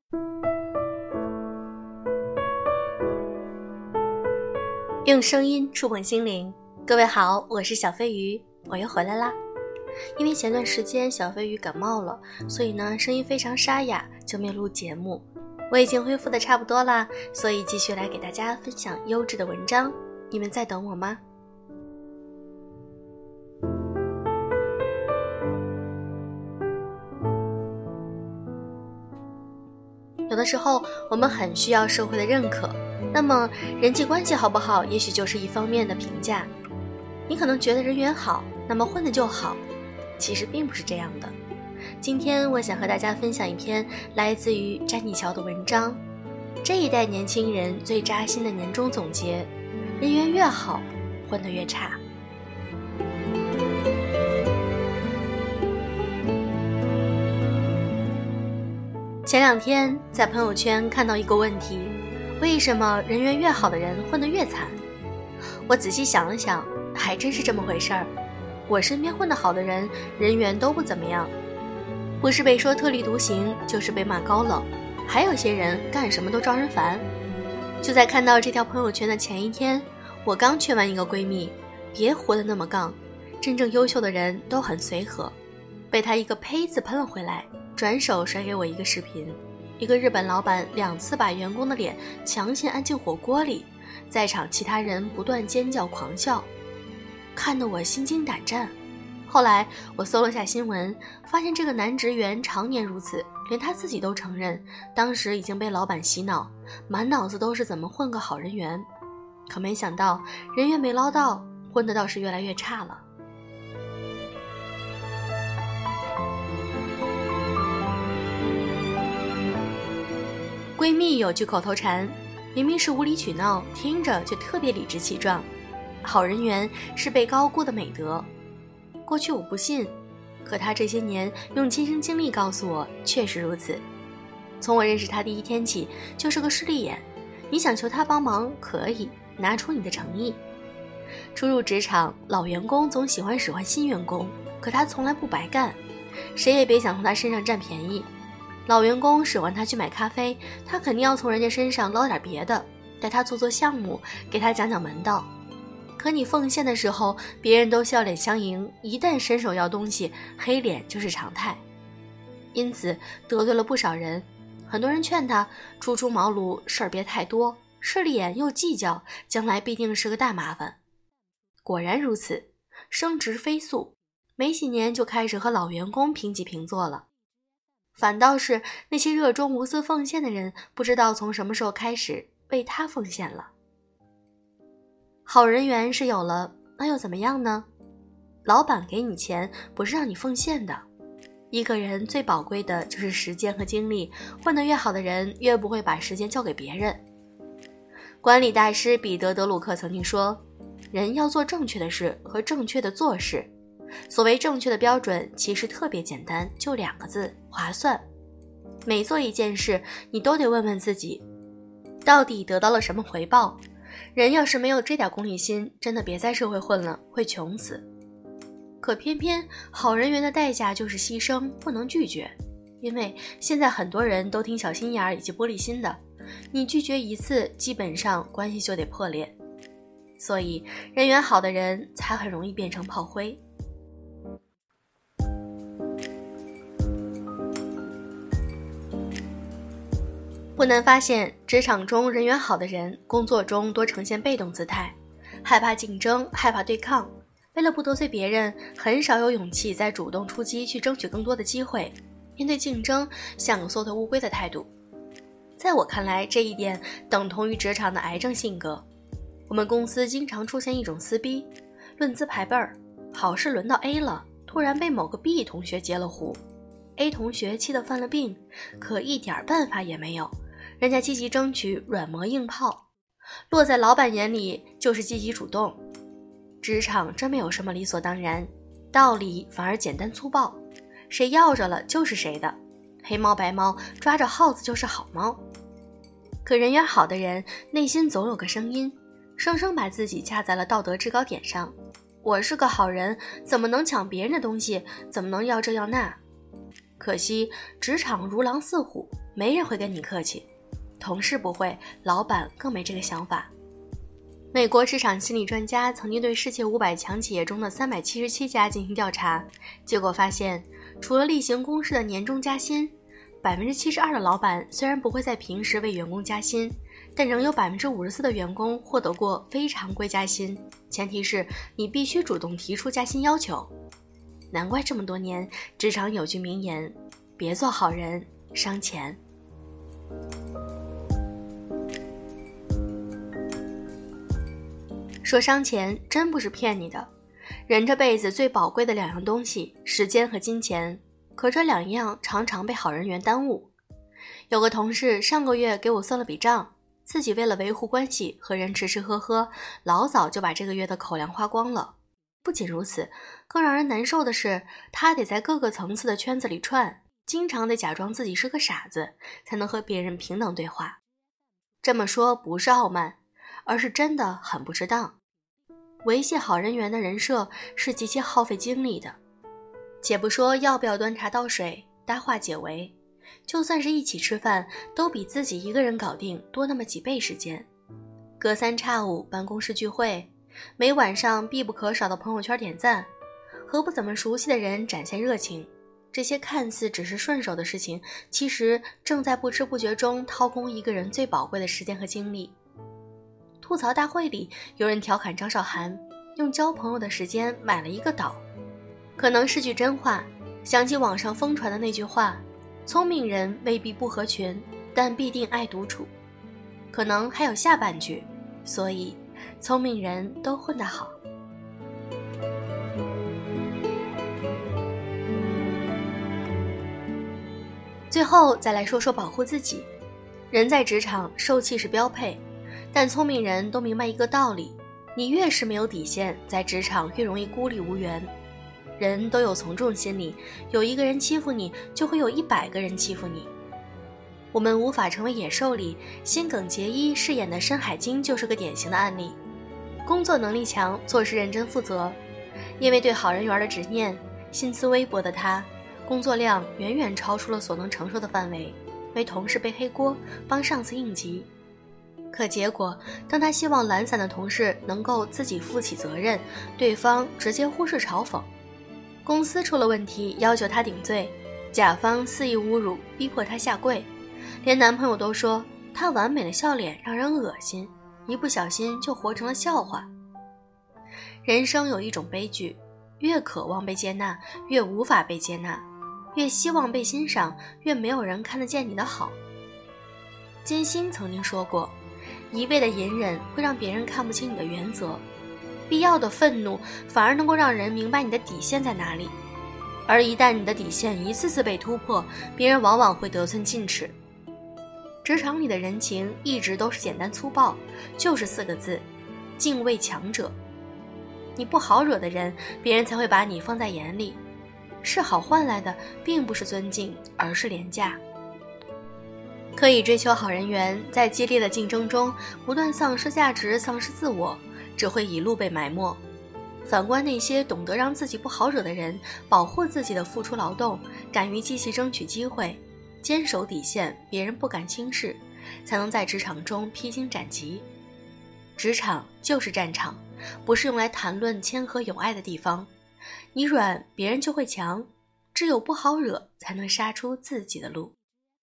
用声音触碰心灵。各位好，我是小飞鱼，我又回来啦。因为前段时间小飞鱼感冒了，所以呢声音非常沙哑，就没录节目。我已经恢复的差不多啦，所以继续来给大家分享优质的文章。你们在等我吗？有的时候我们很需要社会的认可，那么人际关系好不好也许就是一方面的评价。你可能觉得人缘好，那么混得就好，其实并不是这样的。今天我想和大家分享一篇来自于詹妮乔的文章，这一代年轻人最扎心的年终总结，人缘越好混得越差。前两天在朋友圈看到一个问题，为什么人缘越好的人混得越惨？我仔细想了想，还真是这么回事儿。我身边混得好的人，人缘都不怎么样，不是被说特立独行，就是被骂高冷，还有些人干什么都招人烦。就在看到这条朋友圈的前一天，我刚劝完一个闺蜜，别活得那么杠，真正优秀的人都很随和，被她一个呸字喷了回来，转手甩给我一个视频，一个日本老板2次把员工的脸强行按进火锅里，在场其他人不断尖叫狂笑，看得我心惊胆战。后来我搜了下新闻，发现这个男职员常年如此，连他自己都承认，当时已经被老板洗脑，满脑子都是怎么混个好人缘。可没想到人缘没捞到，混得倒是越来越差了。闺蜜有句口头禅，明明是无理取闹，听着却特别理直气壮。好人缘是被高估的美德。过去我不信，可她这些年用亲身经历告诉我，确实如此。从我认识她第一天起，就是个势利眼。你想求她帮忙可以，拿出你的诚意。初入职场，老员工总喜欢使唤新员工，可她从来不白干，谁也别想从她身上占便宜。老员工使唤他去买咖啡，他肯定要从人家身上捞点别的，带他做项目，给他讲门道。可你奉献的时候，别人都笑脸相迎，一旦伸手要东西，黑脸就是常态。因此得罪了不少人，很多人劝他初出茅庐，事儿别太多，势利眼又计较，将来必定是个大麻烦。果然如此，升职飞速，没几年就开始和老员工平起平坐了。反倒是那些热衷无私奉献的人，不知道从什么时候开始为他奉献了。好人缘是有了，那又怎么样呢？老板给你钱不是让你奉献的。一个人最宝贵的就是时间和精力，混得越好的人越不会把时间交给别人。管理大师彼得·德鲁克曾经说，人要做正确的事和正确的做事。所谓正确的标准其实特别简单，就2个字，划算。每做一件事，你都得问问自己，到底得到了什么回报？人要是没有这点功利心，真的别在社会混了，会穷死。可偏偏好人缘的代价就是牺牲，不能拒绝。因为现在很多人都挺小心眼以及玻璃心的，你拒绝一次，基本上关系就得破裂。所以人缘好的人才很容易变成炮灰。不难发现，职场中人缘好的人，工作中多呈现被动姿态，害怕竞争，害怕对抗，为了不得罪别人，很少有勇气再主动出击去争取更多的机会，面对竞争像个缩头乌龟的态度。在我看来，这一点等同于职场的癌症性格。我们公司经常出现一种撕逼，论资排辈儿，好事轮到 A 了，突然被某个 B 同学截了胡， A 同学气得犯了病，可一点办法也没有，人家积极争取，软磨硬泡，落在老板眼里就是积极主动。职场真没有什么理所当然，道理反而简单粗暴，谁要着了就是谁的，黑猫白猫抓着耗子就是好猫。可人缘好的人内心总有个声音，生生把自己架在了道德制高点上，我是个好人，怎么能抢别人的东西，怎么能要这要那。可惜职场如狼似虎， 没人会跟你客气，同事不会，老板更没这个想法。美国职场心理专家曾经对世界500强企业中的377家进行调查，结果发现，除了例行公事的年终加薪，72%的老板虽然不会在平时为员工加薪，但仍有54%的员工获得过非常规加薪，前提是你必须主动提出加薪要求。难怪这么多年，职场有句名言，别做好人，伤钱。说伤钱真不是骗你的，人这辈子最宝贵的2样东西，时间和金钱，可这2样常常被好人缘耽误。有个同事上个月给我算了笔账，自己为了维护关系和人吃吃喝喝，老早就把这个月的口粮花光了。不仅如此，更让人难受的是，他得在各个层次的圈子里串，经常得假装自己是个傻子，才能和别人平等对话。这么说不是傲慢，而是真的很不值当。维系好人缘的人设是极其耗费精力的。且不说要不要端茶倒水、搭话解围，就算是一起吃饭，都比自己一个人搞定多那么几倍时间。隔三差五办公室聚会，每晚上必不可少的朋友圈点赞，和不怎么熟悉的人展现热情，这些看似只是顺手的事情，其实正在不知不觉中掏空一个人最宝贵的时间和精力。吐槽大会里，有人调侃张韶涵用交朋友的时间买了一个岛，可能是句真话。想起网上疯传的那句话，聪明人未必不合群，但必定爱独处。可能还有下半句，所以聪明人都混得好。最后再来说说保护自己。人在职场受气是标配，但聪明人都明白一个道理，你越是没有底线，在职场越容易孤立无援。人都有从众心理，有一个人欺负你，就会有100个人欺负你。我们无法成为野兽里，心梗结衣饰演的深海鲸就是个典型的案例。工作能力强，做事认真负责，因为对好人缘的执念，薪资微薄的他，工作量远远超出了所能承受的范围，为同事背黑锅，帮上司应急。可结果，当他希望懒散的同事能够自己负起责任，对方直接忽视嘲讽。公司出了问题，要求他顶罪，甲方肆意侮辱，逼迫他下跪，连男朋友都说他完美的笑脸让人恶心，一不小心就活成了笑话。人生有一种悲剧，越渴望被接纳，越无法被接纳，越希望被欣赏，越没有人看得见你的好。金星曾经说过，一味的隐忍会让别人看不清你的原则，必要的愤怒反而能够让人明白你的底线在哪里。而一旦你的底线一次次被突破，别人往往会得寸进尺。职场里的人情一直都是简单粗暴，就是4个字：敬畏强者。你不好惹的人，别人才会把你放在眼里。是好换来的并不是尊敬，而是廉价。刻意追求好人缘，在激烈的竞争中不断丧失价值，丧失自我，只会一路被埋没。反观那些懂得让自己不好惹的人，保护自己的付出劳动，敢于积极争取机会，坚守底线，别人不敢轻视，才能在职场中披荆斩棘。职场就是战场，不是用来谈论谦和友爱的地方。你软，别人就会强，只有不好惹，才能杀出自己的路。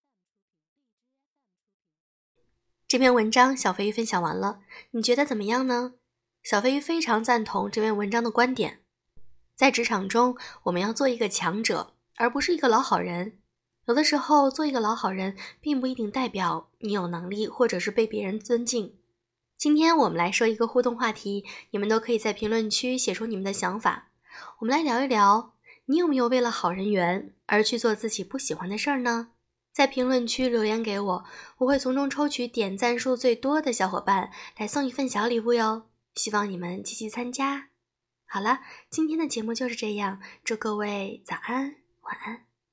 这篇文章小飞鱼分享完了，你觉得怎么样呢？小飞鱼非常赞同这篇文章的观点，在职场中，我们要做一个强者，而不是一个老好人。有的时候，做一个老好人，并不一定代表你有能力，或者是被别人尊敬。今天我们来说一个互动话题，你们都可以在评论区写出你们的想法。我们来聊一聊，你有没有为了好人缘而去做自己不喜欢的事儿呢？在评论区留言给我，我会从中抽取点赞数最多的小伙伴来送一份小礼物哟。希望你们积极参加。好了，今天的节目就是这样，祝各位早安，晚安。